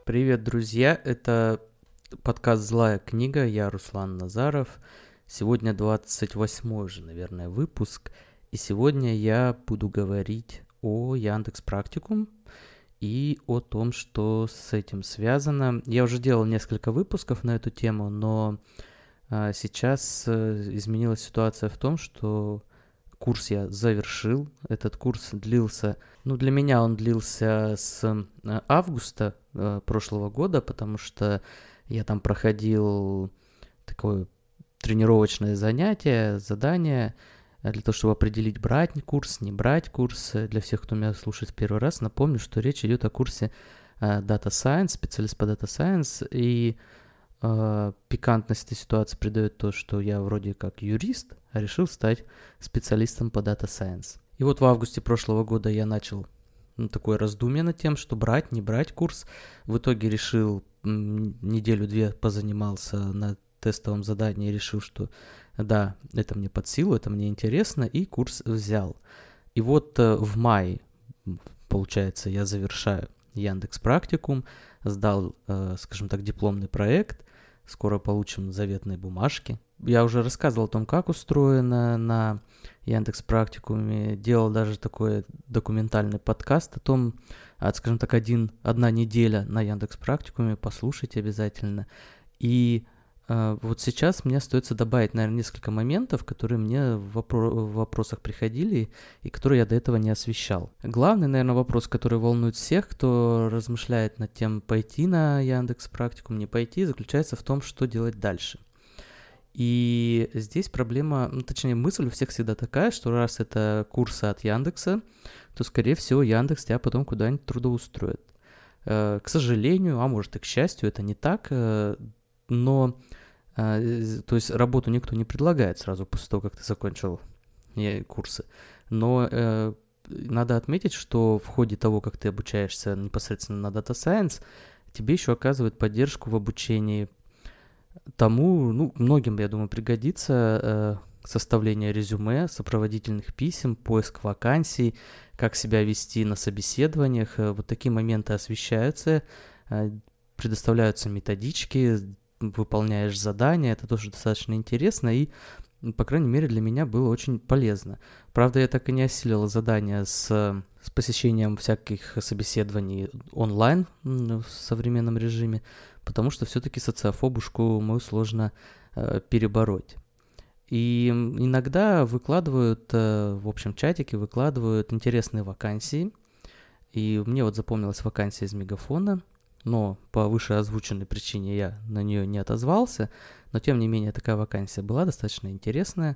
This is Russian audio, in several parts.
Привет, друзья! Это подкаст «Злая книга», я Руслан Назаров. Сегодня 28-й уже, наверное, выпуск, и сегодня я буду говорить о Яндекс Практикум и о том, что с этим связано. Я уже делал несколько выпусков на эту тему, но сейчас изменилась ситуация в том, что курс я завершил. Этот курс длился, для меня он длился с августа прошлого года, потому что я там проходил такое тренировочное занятие, задание для того, чтобы определить, брать курс, не брать курс. Для всех, кто меня слушает в первый раз, напомню, что речь идет о курсе Data Science, специалист по Data Science, и пикантность этой ситуации придает то, что я вроде как юрист, а решил стать специалистом по Data Science. И вот в августе прошлого года я начал такое раздумье над тем, что брать, не брать курс. В итоге решил, неделю-две позанимался на тестовом задании и решил, что да, это мне под силу, это мне интересно, и курс взял. И вот в мае, получается, я завершаю Яндекс Практикум, сдал, скажем так, дипломный проект, скоро получим заветные бумажки. Я уже рассказывал о том, как устроено на Яндекс Практикуме, делал даже такой документальный подкаст о том, скажем так, одна неделя на Яндекс Практикуме, послушайте обязательно. И вот сейчас мне остается добавить, наверное, несколько моментов, которые мне в вопросах приходили и которые я до этого не освещал. Главный, наверное, вопрос, который волнует всех, кто размышляет над тем, пойти на Яндекс Практикум, не пойти, заключается в том, что делать дальше. И здесь проблема, точнее, мысль у всех всегда такая, что раз это курсы от Яндекса, то, скорее всего, Яндекс тебя потом куда-нибудь трудоустроит. К сожалению, а может и к счастью, это не так, но, то есть, работу никто не предлагает сразу после того, как ты закончил курсы. Но надо отметить, что в ходе того, как ты обучаешься непосредственно на Data Science, тебе еще оказывают поддержку в обучении тому, многим, я думаю, пригодится составление резюме, сопроводительных писем, поиск вакансий, как себя вести на собеседованиях. Вот такие моменты освещаются, предоставляются методички, выполняешь задания, это тоже достаточно интересно и, по крайней мере, для меня было очень полезно. Правда, я так и не осилил задания с посещением всяких собеседований онлайн в современном режиме, потому что все-таки социофобушку мою сложно перебороть. И иногда выкладывают, в общем чатике выкладывают интересные вакансии, и мне вот запомнилась вакансия из Мегафона, но по вышеозвученной причине я на нее не отозвался, но тем не менее такая вакансия была достаточно интересная.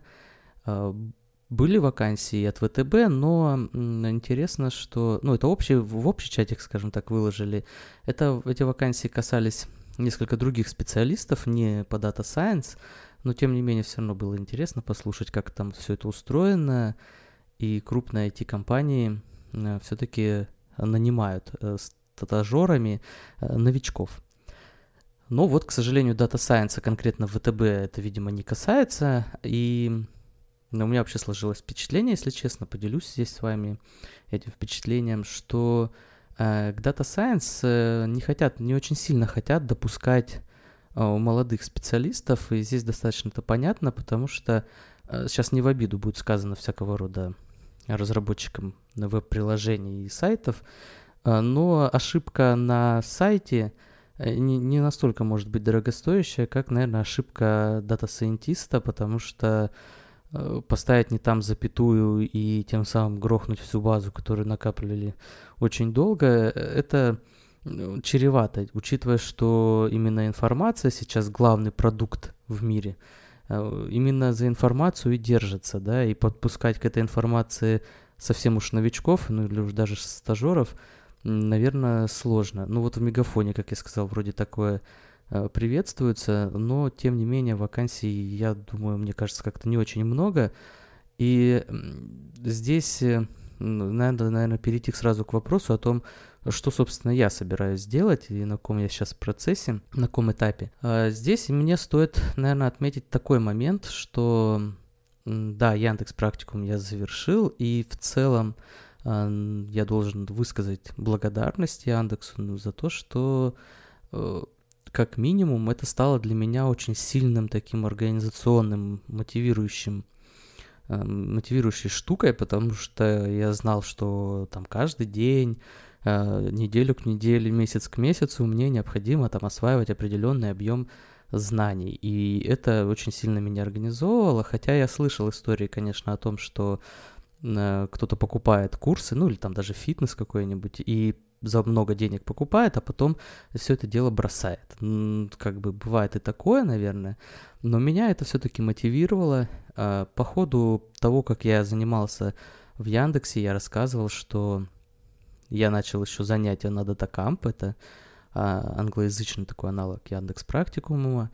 Были вакансии от ВТБ, но интересно, что... это в общий чатик, скажем так, выложили. Эти вакансии касались несколько других специалистов, не по Data Science, но тем не менее все равно было интересно послушать, как там все это устроено, и крупные IT-компании все-таки нанимают стажерами новичков. Но вот, к сожалению, Data Science, конкретно ВТБ, это, видимо, не касается, и у меня вообще сложилось впечатление, если честно, поделюсь здесь с вами этим впечатлением, что к Data Science не очень сильно хотят допускать молодых специалистов, и здесь достаточно это понятно, потому что сейчас не в обиду будет сказано всякого рода разработчикам веб-приложений и сайтов, но ошибка на сайте не настолько может быть дорогостоящая, как, наверное, ошибка дата-сайентиста, потому что поставить не там запятую и тем самым грохнуть всю базу, которую накапливали очень долго, это чревато, учитывая, что именно информация сейчас главный продукт в мире. Именно за информацию и держится, да, и подпускать к этой информации совсем уж новичков, или уж даже стажеров, наверное, сложно. Вот в Мегафоне, как я сказал, вроде такое приветствуется, но, тем не менее, вакансий, я думаю, мне кажется, как-то не очень много. И здесь надо, наверное, перейти сразу к вопросу о том, что, собственно, я собираюсь сделать и на каком я сейчас процессе, на каком этапе. Здесь мне стоит, наверное, отметить такой момент, что, да, Яндекс Практикум я завершил, и в целом я должен высказать благодарность Яндексу за то, что как минимум это стало для меня очень сильным таким организационным, мотивирующей штукой, потому что я знал, что там каждый день, неделю к неделе, месяц к месяцу мне необходимо там осваивать определенный объем знаний. И это очень сильно меня организовывало, хотя я слышал истории, конечно, о том, что кто-то покупает курсы, ну или там даже фитнес какой-нибудь, и за много денег покупает, а потом все это дело бросает. Как бы бывает и такое, наверное, но меня это все-таки мотивировало. По ходу того, как я занимался в Яндексе, я рассказывал, что я начал еще занятия на DataCamp, это англоязычный такой аналог Яндекс.Практикума,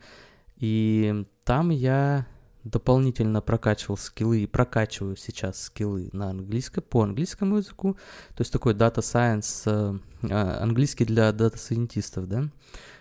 и там я дополнительно прокачивал скиллы и прокачиваю сейчас скиллы по английскому языку, то есть такой Data Science, английский для дата-сайентистов, да,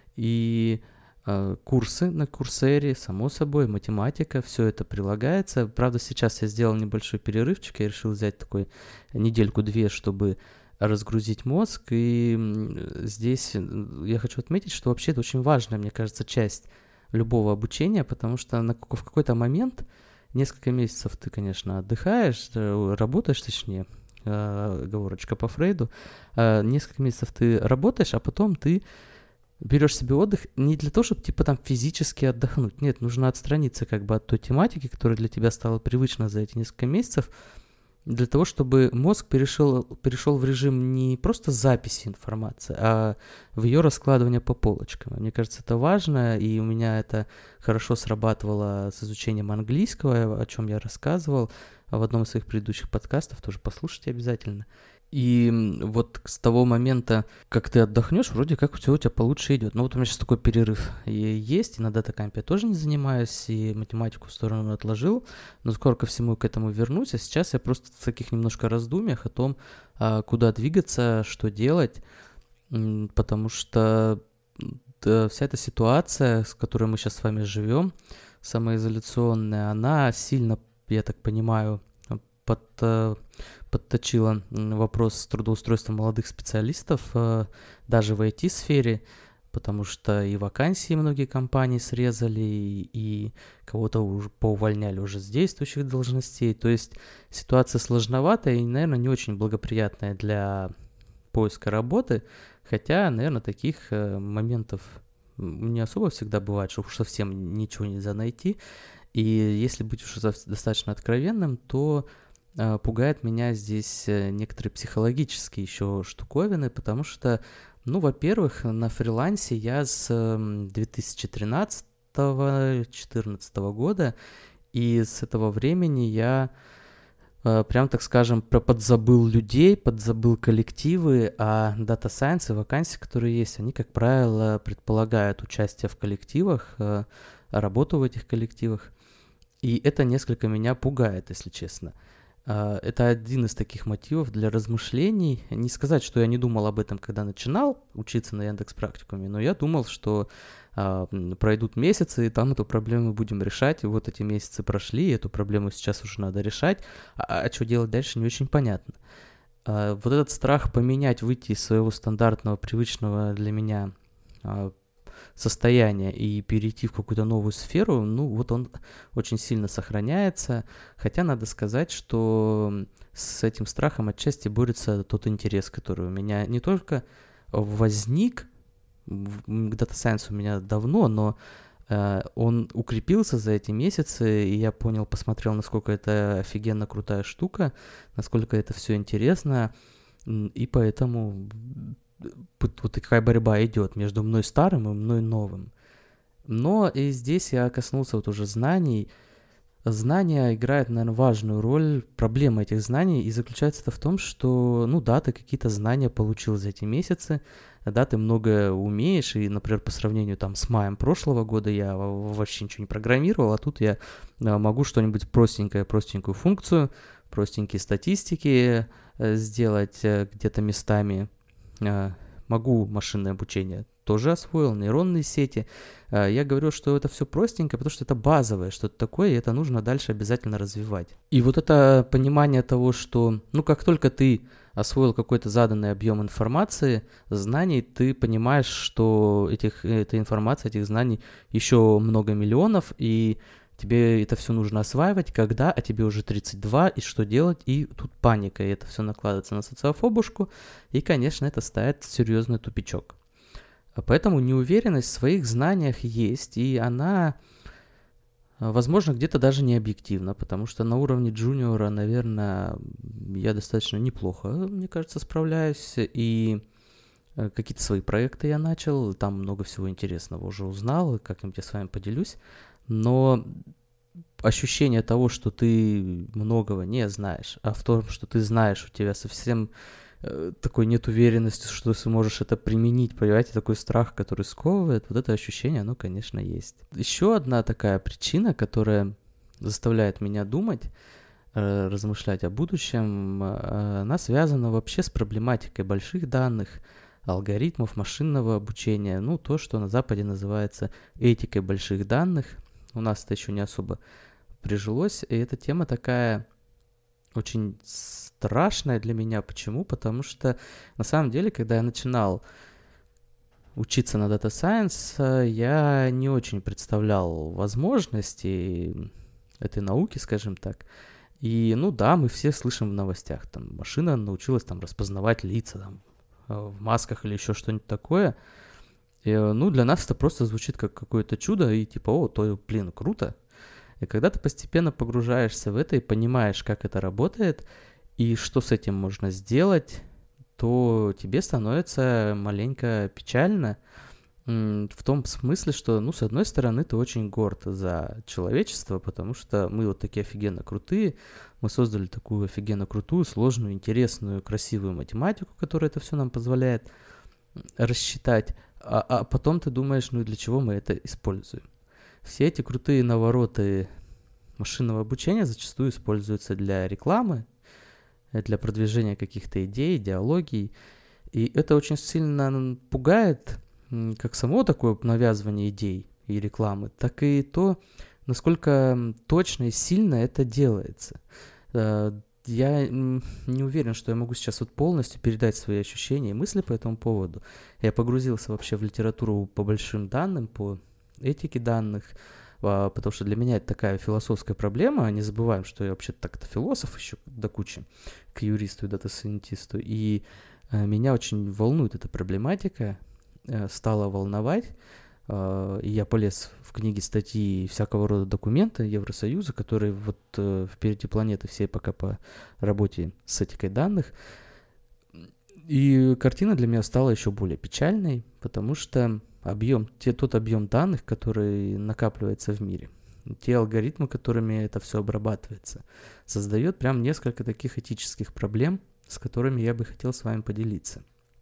и курсы на Курсере, само собой, математика, все это прилагается. Правда, сейчас я сделал небольшой перерывчик, я решил взять такой недельку-две, чтобы разгрузить мозг, и здесь я хочу отметить, что вообще это очень важная, мне кажется, часть любого обучения, потому что в какой-то момент, несколько месяцев ты, конечно, отдыхаешь, работаешь, точнее, оговорочка по Фрейду, несколько месяцев ты работаешь, а потом ты берешь себе отдых не для того, чтобы типа там физически отдохнуть, нет, нужно отстраниться как бы от той тематики, которая для тебя стала привычна за эти несколько месяцев, для того, чтобы мозг перешел в режим не просто записи информации, а в ее раскладывание по полочкам. Мне кажется, это важно, и у меня это хорошо срабатывало с изучением английского, о чем я рассказывал в одном из своих предыдущих подкастов, тоже послушайте обязательно. И вот с того момента, как ты отдохнешь, вроде как все у тебя получше идет. Но вот у меня сейчас такой перерыв есть, и на датакампе я тоже не занимаюсь, и математику в сторону отложил, но скоро ко всему к этому вернусь, а сейчас я просто в таких немножко раздумьях о том, куда двигаться, что делать, потому что вся эта ситуация, с которой мы сейчас с вами живем, самоизоляционная, она сильно, я так понимаю, подточила вопрос с трудоустройством молодых специалистов даже в IT-сфере, потому что и вакансии многие компании срезали, и кого-то уже поувольняли уже с действующих должностей. То есть ситуация сложноватая и, наверное, не очень благоприятная для поиска работы, хотя, наверное, таких моментов не особо всегда бывает, что уж совсем ничего нельзя найти. И если быть уж достаточно откровенным, то пугает меня здесь некоторые психологические еще штуковины, потому что, ну, во-первых, на фрилансе я с 2013-2014 года, и с этого времени я прям, так скажем, подзабыл людей, подзабыл коллективы, а Data Science и вакансии, которые есть, они, как правило, предполагают участие в коллективах, работу в этих коллективах, и это несколько меня пугает, если честно. Это один из таких мотивов для размышлений. Не сказать, что я не думал об этом, когда начинал учиться на Яндекс.Практикуме, но я думал, что пройдут месяцы, и там эту проблему будем решать. И вот эти месяцы прошли, и эту проблему сейчас уже надо решать. А что делать дальше, не очень понятно. Вот этот страх поменять, выйти из своего стандартного, привычного для меня состояния и перейти в какую-то новую сферу, ну, вот он очень сильно сохраняется, хотя надо сказать, что с этим страхом отчасти борется тот интерес, который у меня не только возник, Data Science у меня давно, но он укрепился за эти месяцы, и я понял, посмотрел, насколько это офигенно крутая штука, насколько это все интересно, и поэтому вот такая борьба идет между мной старым и мной новым. Но и здесь я коснулся вот уже знаний. Знания играют, наверное, важную роль. Проблема этих знаний и заключается в том, что, ну да, ты какие-то знания получил за эти месяцы, да, ты много умеешь, и, например, по сравнению там с маем прошлого года я вообще ничего не программировал, а тут я могу что-нибудь простенькую функцию, простенькие статистики сделать где-то местами. Могу машинное обучение тоже освоил, нейронные сети. Я говорю, что это все простенько, потому что это базовое что-то такое, и это нужно дальше обязательно развивать. И вот это понимание того, что, как только ты освоил какой-то заданный объем информации, знаний, ты понимаешь, что этой информации, этих знаний еще много миллионов, и тебе это все нужно осваивать, когда, а тебе уже 32, и что делать, и тут паника, и это все накладывается на социофобушку, и, конечно, это ставит серьезный тупичок. Поэтому неуверенность в своих знаниях есть, и она, возможно, где-то даже не объективна, потому что на уровне джуниора, наверное, я достаточно неплохо, мне кажется, справляюсь, и какие-то свои проекты я начал, там много всего интересного уже узнал, как-нибудь я с вами поделюсь. Но ощущение того, что ты многого не знаешь, а в том, что ты знаешь, у тебя совсем такой нет уверенности, что ты сможешь это применить, понимаете, такой страх, который сковывает, вот это ощущение, оно, конечно, есть. Еще одна такая причина, которая заставляет меня думать, размышлять о будущем, она связана вообще с проблематикой больших данных, алгоритмов машинного обучения, то, что на Западе называется этикой больших данных. У нас это еще не особо прижилось, и эта тема такая очень страшная для меня. Почему? Потому что на самом деле, когда я начинал учиться на Data Science, я не очень представлял возможности этой науки, скажем так. И, мы все слышим в новостях, там, машина научилась там распознавать лица там, в масках или еще что-нибудь такое. И, для нас это просто звучит как какое-то чудо, и типа, круто. И когда ты постепенно погружаешься в это и понимаешь, как это работает, и что с этим можно сделать, то тебе становится маленько печально, в том смысле, что, с одной стороны, ты очень горд за человечество, потому что мы вот такие офигенно крутые, мы создали такую офигенно крутую, сложную, интересную, красивую математику, которая это все нам позволяет рассчитать, а потом ты думаешь, и для чего мы это используем. Все эти крутые навороты машинного обучения зачастую используются для рекламы, для продвижения каких-то идей, идеологий, и это очень сильно пугает, как само такое навязывание идей и рекламы, так и то, насколько точно и сильно это делается. Я не уверен, что я могу сейчас полностью передать свои ощущения и мысли по этому поводу. Я погрузился вообще в литературу по большим данным, по этике данных, потому что для меня это такая философская проблема. Не забываем, что я вообще-то так-то философ еще до кучи, к юристу и дата-сайентисту. И меня очень волнует эта проблематика, стала волновать. И я полез в книги, статьи, всякого рода документы Евросоюза, которые впереди планеты всей пока по работе с этикой данных. И картина для меня стала еще более печальной, потому что тот объем данных, который накапливается в мире, те алгоритмы, которыми это все обрабатывается, создает прям несколько таких этических проблем, с которыми я бы хотел с вами поделиться.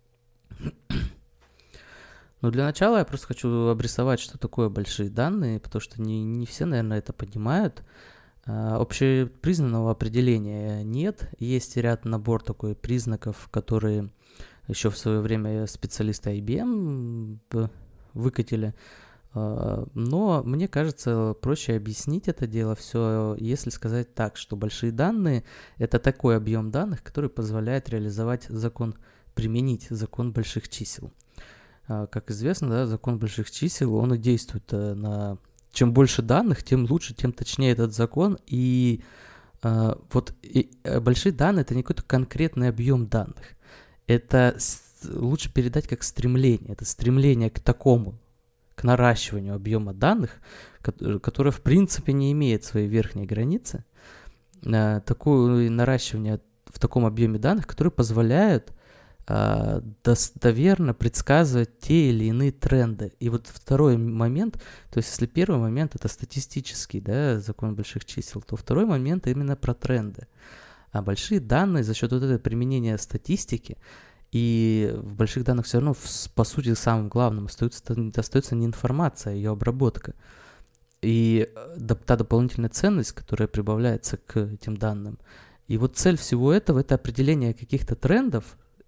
Но для начала я просто хочу обрисовать, что такое большие данные, потому что не все, наверное, это понимают. Общепризнанного определения нет. Есть набор такой признаков, которые еще в свое время специалисты IBM выкатили. Но мне кажется, проще объяснить это дело все, если сказать так, что большие данные – это такой объем данных, который позволяет применить закон больших чисел. Как известно, закон больших чисел, он и действует на... Чем больше данных, тем лучше, тем точнее этот закон. И большие данные – это не какой-то конкретный объем данных. Это лучше передать как стремление. Это стремление к наращиванию объема данных, которое в принципе не имеет своей верхней границы. Такое наращивание в таком объеме данных, которые позволяют достоверно предсказывать те или иные тренды. И вот второй момент, то есть если первый момент это статистический, закон больших чисел, то второй момент именно про тренды. А большие данные за счет этого применения статистики, и в больших данных все равно, по сути, самым главным остается не информация, а ее обработка. И та дополнительная ценность, которая прибавляется к этим данным. И вот цель всего этого – это определение каких-то трендов,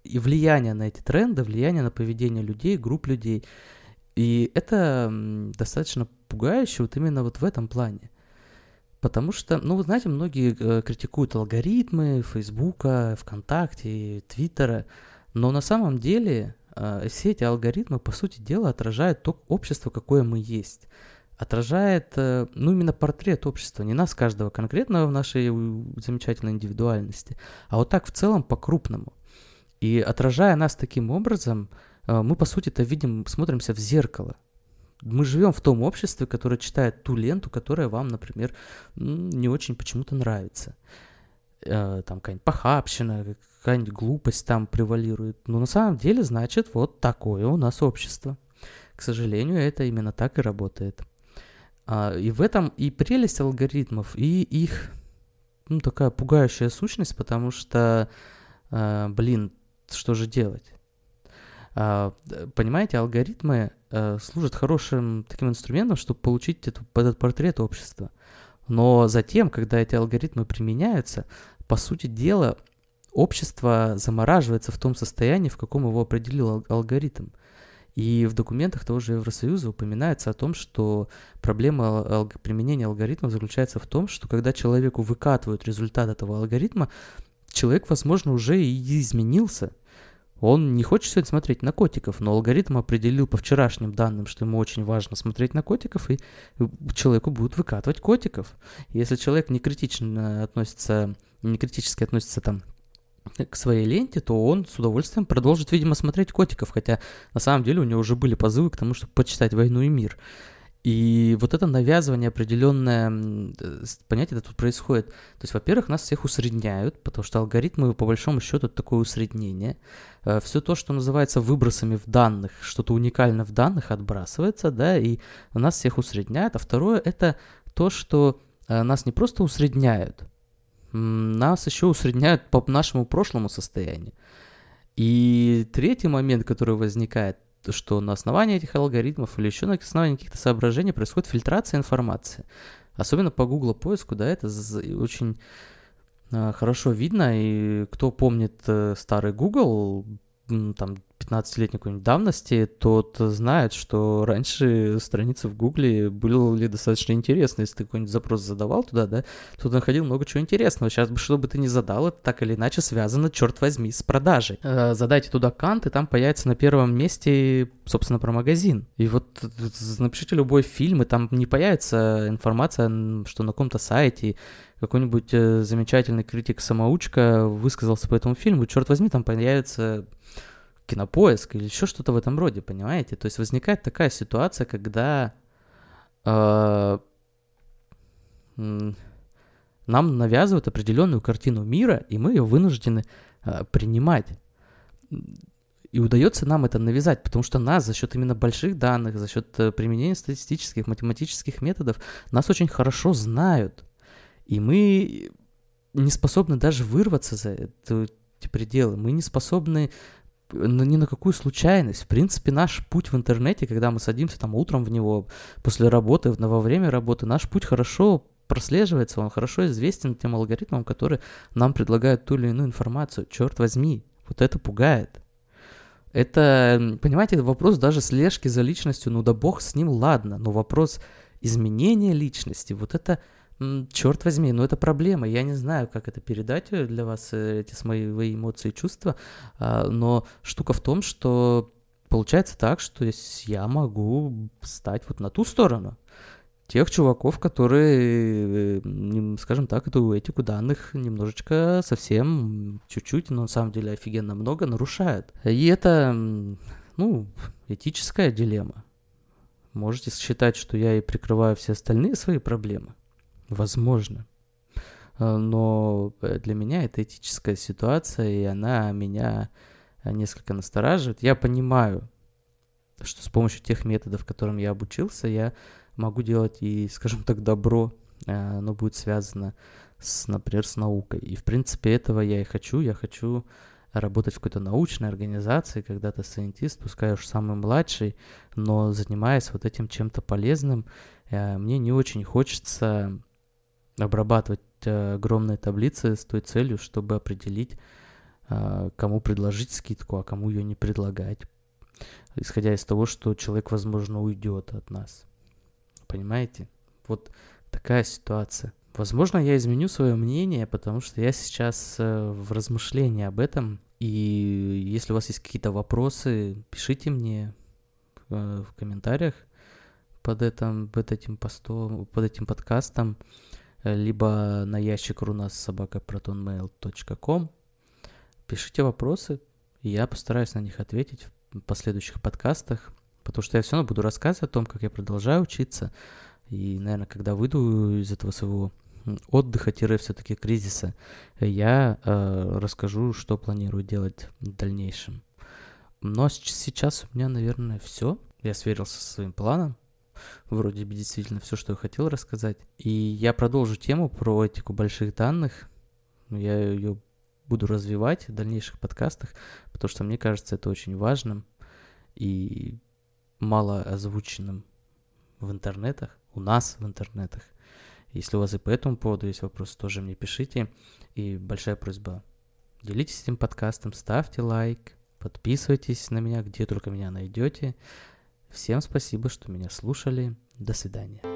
и влияние на эти тренды, влияние на поведение людей, групп людей. И это достаточно пугающе вот именно вот в этом плане. Потому что, ну, вы знаете, многие критикуют алгоритмы Фейсбука, ВКонтакте, Твиттера, но на самом деле все эти алгоритмы, по сути дела, отражают то общество, какое мы есть. Отражает, ну, именно портрет общества, не нас каждого конкретного в нашей замечательной индивидуальности, а вот так в целом по-крупному. И отражая нас таким образом, мы, по сути-то, видим, смотримся в зеркало. Мы живем в том обществе, которое читает ту ленту, которая вам, например, не очень почему-то нравится. Там какая-нибудь похабщина, какая-нибудь глупость там превалирует. Но на самом деле, значит, вот такое у нас общество. К сожалению, это именно так и работает. И в этом и прелесть алгоритмов, и их, ну, такая пугающая сущность, потому что, что же делать? Понимаете, алгоритмы служат хорошим таким инструментом, чтобы получить этот портрет общества. Но затем, когда эти алгоритмы применяются, по сути дела, общество замораживается в том состоянии, в каком его определил алгоритм. И в документах того же Евросоюза упоминается о том, что проблема применения алгоритмов заключается в том, что когда человеку выкатывают результат этого алгоритма, человек, возможно, уже и изменился. Он не хочет сегодня смотреть на котиков, но алгоритм определил по вчерашним данным, что ему очень важно смотреть на котиков, и человеку будут выкатывать котиков. Если человек не критически относится там к своей ленте, то он с удовольствием продолжит, видимо, смотреть котиков, хотя на самом деле у него уже были позывы к тому, чтобы почитать «Войну и мир». И вот это навязывание определенное, понятие, это тут происходит. То есть, во-первых, нас всех усредняют, потому что алгоритмы, по большому счету, это такое усреднение. Все то, что называется выбросами в данных, что-то уникальное в данных отбрасывается, да, и нас всех усредняют. А второе, это то, что нас не просто усредняют, нас еще усредняют по нашему прошлому состоянию. И третий момент, который возникает, что на основании этих алгоритмов или еще на основании каких-то соображений происходит фильтрация информации. Особенно по Google поиску, да, это очень хорошо видно. И кто помнит старый Google, там, 15-летней какой-нибудь давности, тот знает, что раньше страницы в Гугле были достаточно интересные. Если ты какой-нибудь запрос задавал туда, да, то ты находил много чего интересного. Сейчас, что бы ты ни задал, это так или иначе связано, черт возьми, с продажей. Задайте туда кант, и там появится на первом месте, собственно, про магазин. И вот напишите любой фильм, и там не появится информация, что на каком-то сайте какой-нибудь замечательный критик-самоучка высказался по этому фильму, черт возьми, там появится Кинопоиск или еще что-то в этом роде, понимаете? То есть возникает такая ситуация, когда нам навязывают определенную картину мира, и мы ее вынуждены принимать. И удается нам это навязать, потому что нас за счет именно больших данных, за счет применения статистических, математических методов, нас очень хорошо знают. И мы не способны даже вырваться за эти пределы. Мы не способны ни на какую случайность. В принципе, наш путь в интернете, когда мы садимся там утром в него, после работы, во время работы, наш путь хорошо прослеживается, он хорошо известен тем алгоритмам, которые нам предлагают ту или иную информацию. Черт возьми, вот это пугает. Это, понимаете, вопрос даже слежки за личностью, ну да бог с ним, ладно, но вопрос изменения личности, вот это, черт возьми, ну это проблема. Я не знаю, как это передать для вас, эти свои эмоции и чувства, но штука в том, что получается так, что я могу стать вот на ту сторону тех чуваков, которые, скажем так, эту этику данных немножечко, совсем чуть-чуть, но на самом деле офигенно много нарушают. И это, ну, этическая дилемма. Можете считать, что я и прикрываю все остальные свои проблемы. Возможно. Но для меня это этическая ситуация, и она меня несколько настораживает. Я понимаю, что с помощью тех методов, которым я обучился, я могу делать и, скажем так, добро, оно будет связано, например, с наукой. И, в принципе, этого я и хочу. Я хочу работать в какой-то научной организации, когда-то сайентист, пускай уж самый младший, но занимаясь вот этим чем-то полезным. Мне не очень хочется обрабатывать огромные таблицы с той целью, чтобы определить кому предложить скидку, а кому ее не предлагать, исходя из того, что человек, возможно, уйдет от нас. Понимаете? Вот такая ситуация. Возможно, я изменю свое мнение, потому что я сейчас в размышлении об этом. И если у вас есть какие-то вопросы, пишите мне в комментариях под этим постом, под этим подкастом, либо на ящик runassobaka.protonmail.com. Пишите вопросы, и я постараюсь на них ответить в последующих подкастах, потому что я все равно буду рассказывать о том, как я продолжаю учиться. И, наверное, когда выйду из этого своего отдыха-все-таки кризиса, я расскажу, что планирую делать в дальнейшем. Но сейчас у меня, наверное, все. Я сверился со своим планом. Вроде бы действительно все, что я хотел рассказать. И я продолжу тему про этику больших данных. Я ее буду развивать в дальнейших подкастах, потому что мне кажется, это очень важным и мало озвученным в интернетах, у нас в интернетах. Если у вас и по этому поводу есть вопросы, тоже мне пишите. И большая просьба, делитесь этим подкастом, ставьте лайк, подписывайтесь на меня, где только меня найдете. Всем спасибо, что меня слушали. До свидания.